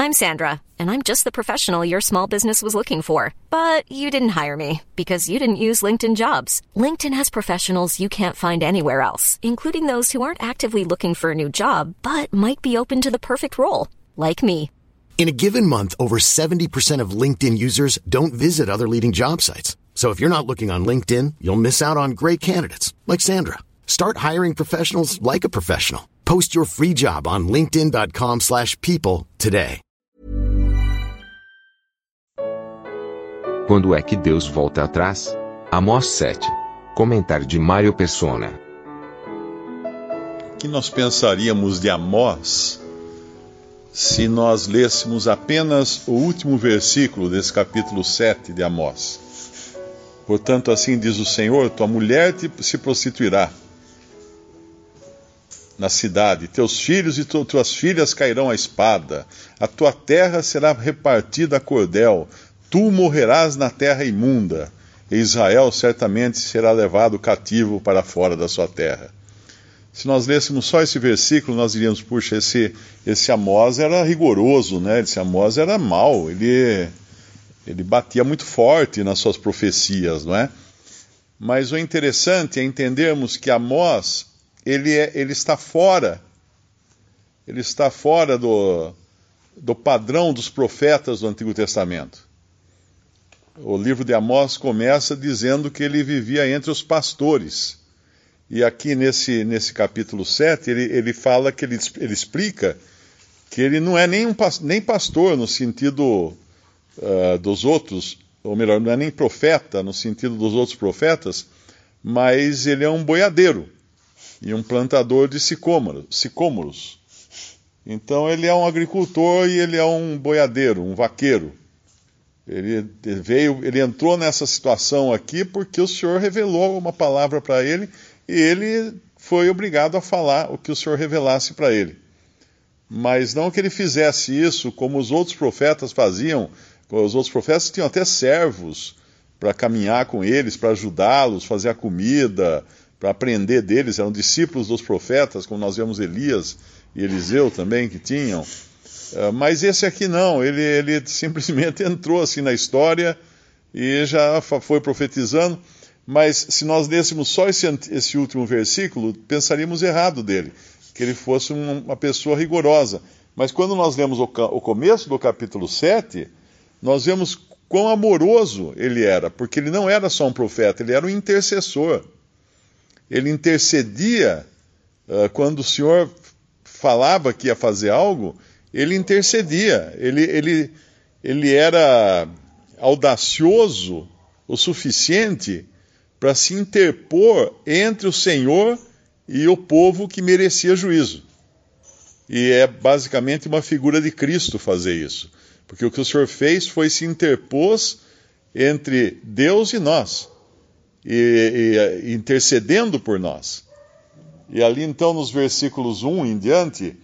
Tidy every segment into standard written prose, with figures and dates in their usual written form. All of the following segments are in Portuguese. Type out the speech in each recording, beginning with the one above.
I'm Sandra, and I'm just the professional your small business was looking for. But you didn't hire me because you didn't use LinkedIn Jobs. LinkedIn has professionals you can't find anywhere else, including those who aren't actively looking for a new job, but might be open to the perfect role, like me. In a given month, over 70% of LinkedIn users don't visit other leading job sites. So if you're not looking on LinkedIn, you'll miss out on great candidates, like Sandra. Start hiring professionals like a professional. Post your free job on linkedin.com/people today. Quando é que Deus volta atrás? Amós 7. Comentário de Mário Persona. O que nós pensaríamos de Amós se nós lêssemos apenas o último versículo desse capítulo 7 de Amós? Portanto, assim diz o Senhor: tua mulher se prostituirá na cidade, teus filhos e tuas filhas cairão à espada, a tua terra será repartida a cordel, tu morrerás na terra imunda, e Israel certamente será levado cativo para fora da sua terra. Se nós lêssemos só esse versículo, nós diríamos: puxa, esse Amós era rigoroso, né? Esse Amós era mau, ele batia muito forte nas suas profecias, não é? Mas o interessante é entendermos que Amós, ele está fora do padrão dos profetas do Antigo Testamento. O livro de Amós começa dizendo que ele vivia entre os pastores. E aqui nesse capítulo 7, ele fala que ele explica que ele não é nem pastor no sentido dos outros, ou melhor, não é nem profeta no sentido dos outros profetas, mas ele é um boiadeiro e um plantador de sicômoros. Então ele é um agricultor e ele é um boiadeiro, um vaqueiro. Ele entrou nessa situação aqui porque o Senhor revelou uma palavra para ele e ele foi obrigado a falar o que o Senhor revelasse para ele. Mas não que ele fizesse isso como os outros profetas faziam. Os outros profetas tinham até servos para caminhar com eles, para ajudá-los, fazer a comida, para aprender deles. Eram discípulos dos profetas, como nós vemos Elias e Eliseu também que tinham. Mas esse aqui não, ele simplesmente entrou assim na história e já foi profetizando. Mas se nós lêssemos só esse último versículo, pensaríamos errado dele, que ele fosse uma pessoa rigorosa. Mas quando nós lemos o começo do capítulo 7, nós vemos quão amoroso ele era, porque ele não era só um profeta, ele era um intercessor. Ele intercedia, quando o Senhor falava que ia fazer algo, ele intercedia. Ele era audacioso o suficiente para se interpor entre o Senhor e o povo que merecia juízo. E é basicamente uma figura de Cristo fazer isso. Porque o que o Senhor fez foi se interpôs entre Deus e nós, e intercedendo por nós. E ali então nos versículos 1 em diante,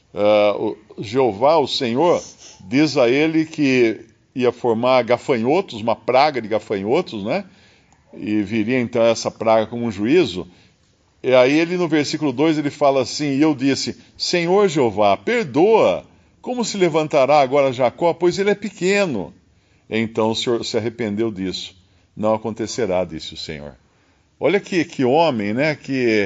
Jeová, o Senhor, diz a ele que ia formar gafanhotos, uma praga de gafanhotos, né? E viria então essa praga como um juízo. E aí ele no versículo 2 ele fala assim: e eu disse, Senhor Jeová, perdoa, como se levantará agora Jacó, pois ele é pequeno? Então o Senhor se arrependeu disso. Não acontecerá, disse o Senhor. Olha que homem, né?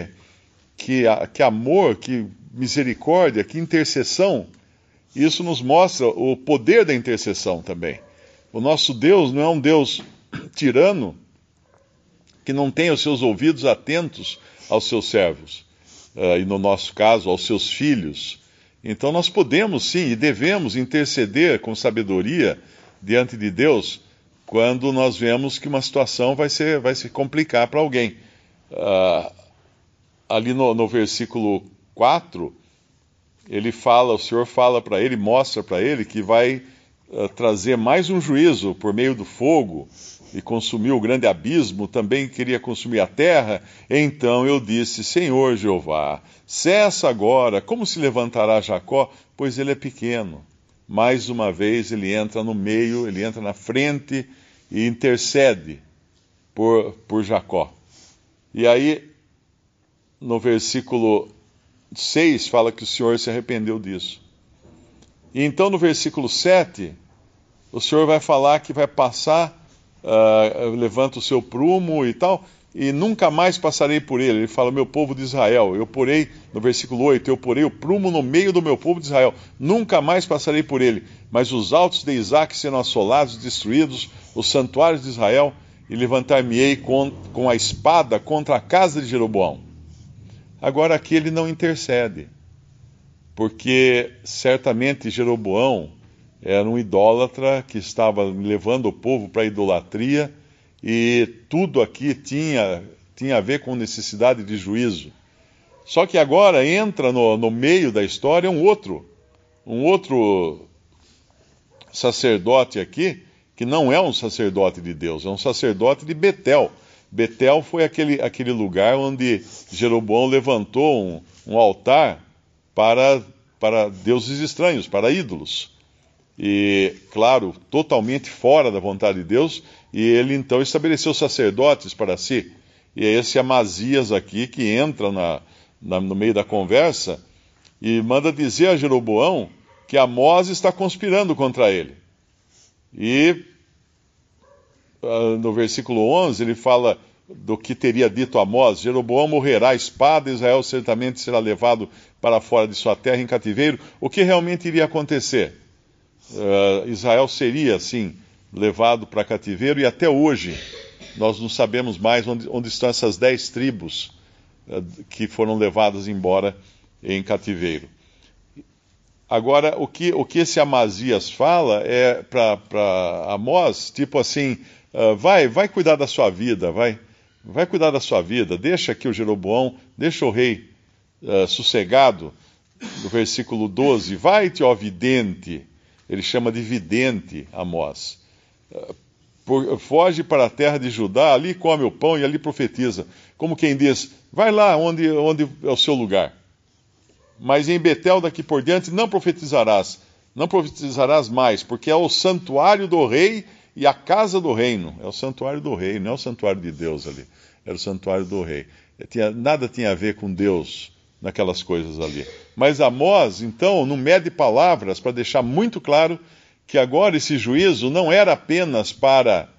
Que amor, que misericórdia, que intercessão. Isso nos mostra o poder da intercessão também. O nosso Deus não é um Deus tirano, que não tem os seus ouvidos atentos aos seus servos, e no nosso caso, aos seus filhos. Então nós podemos sim e devemos interceder com sabedoria diante de Deus quando nós vemos que uma situação vai se complicar para alguém. Ali no versículo 4, o Senhor fala para ele, mostra para ele que vai trazer mais um juízo por meio do fogo e consumir o grande abismo, também queria consumir a terra. Então eu disse, Senhor Jeová, cessa agora, como se levantará Jacó, pois ele é pequeno. Mais uma vez ele entra no meio, ele entra na frente e intercede por Jacó. E aí, no versículo 6, fala que o Senhor se arrependeu disso. E então no versículo 7, o Senhor vai falar que vai passar, levanta o seu prumo e tal, e nunca mais passarei por ele. Ele fala, meu povo de Israel, eu porei, no versículo 8, eu porei o prumo no meio do meu povo de Israel, nunca mais passarei por ele, mas os altos de Isaque serão assolados, destruídos, os santuários de Israel, e levantar-me-ei com a espada contra a casa de Jeroboão. Agora aqui ele não intercede, porque certamente Jeroboão era um idólatra que estava levando o povo para a idolatria, e tudo aqui tinha a ver com necessidade de juízo. Só que agora entra no meio da história um outro sacerdote aqui, que não é um sacerdote de Deus, é um sacerdote de Betel. Betel foi aquele lugar onde Jeroboão levantou um altar para deuses estranhos, para ídolos. E, claro, totalmente fora da vontade de Deus, e ele então estabeleceu sacerdotes para si. E é esse Amazias aqui que entra no meio da conversa e manda dizer a Jeroboão que Amós está conspirando contra ele. E no versículo 11 ele fala do que teria dito Amós: Jeroboão morrerá à espada, Israel certamente será levado para fora de sua terra em cativeiro. O que realmente iria acontecer? Israel seria, assim, levado para cativeiro, e até hoje nós não sabemos mais onde estão essas 10 tribos que foram levadas embora em cativeiro. Agora, o que esse Amazias fala é para Amós, tipo assim, vai cuidar da sua vida, vai cuidar da sua vida, deixa aqui o Jeroboão, deixa o rei sossegado. No versículo 12, vai-te, ó vidente. Ele chama de vidente Amós. Foge para a terra de Judá, ali come o pão e ali profetiza. Como quem diz, vai lá onde é o seu lugar. Mas em Betel daqui por diante não profetizarás mais, porque é o santuário do rei e a casa do reino. É o santuário do rei, não é o santuário de Deus ali. Era o santuário do rei. Nada tinha a ver com Deus naquelas coisas ali. Mas Amós, então, não mede palavras para deixar muito claro que agora esse juízo não era apenas para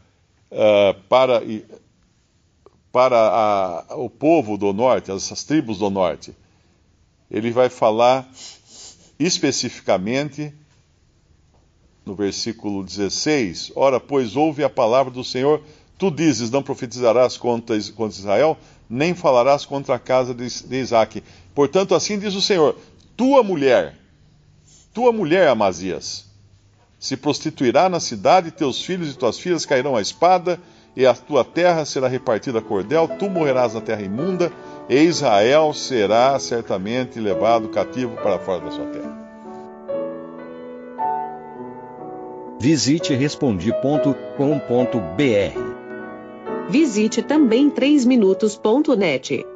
o povo do norte, as tribos do norte. Ele vai falar especificamente no versículo 16, ora, pois, ouve a palavra do Senhor, tu dizes, não profetizarás contra Israel, nem falarás contra a casa de Isaque. Portanto, assim diz o Senhor, tua mulher, Amazias, se prostituirá na cidade, teus filhos e tuas filhas cairão à espada, e a tua terra será repartida a cordel, tu morrerás na terra imunda, e Israel será certamente levado cativo para fora da sua terra. Visite Respondi.com.br. Visite também 3minutos.net.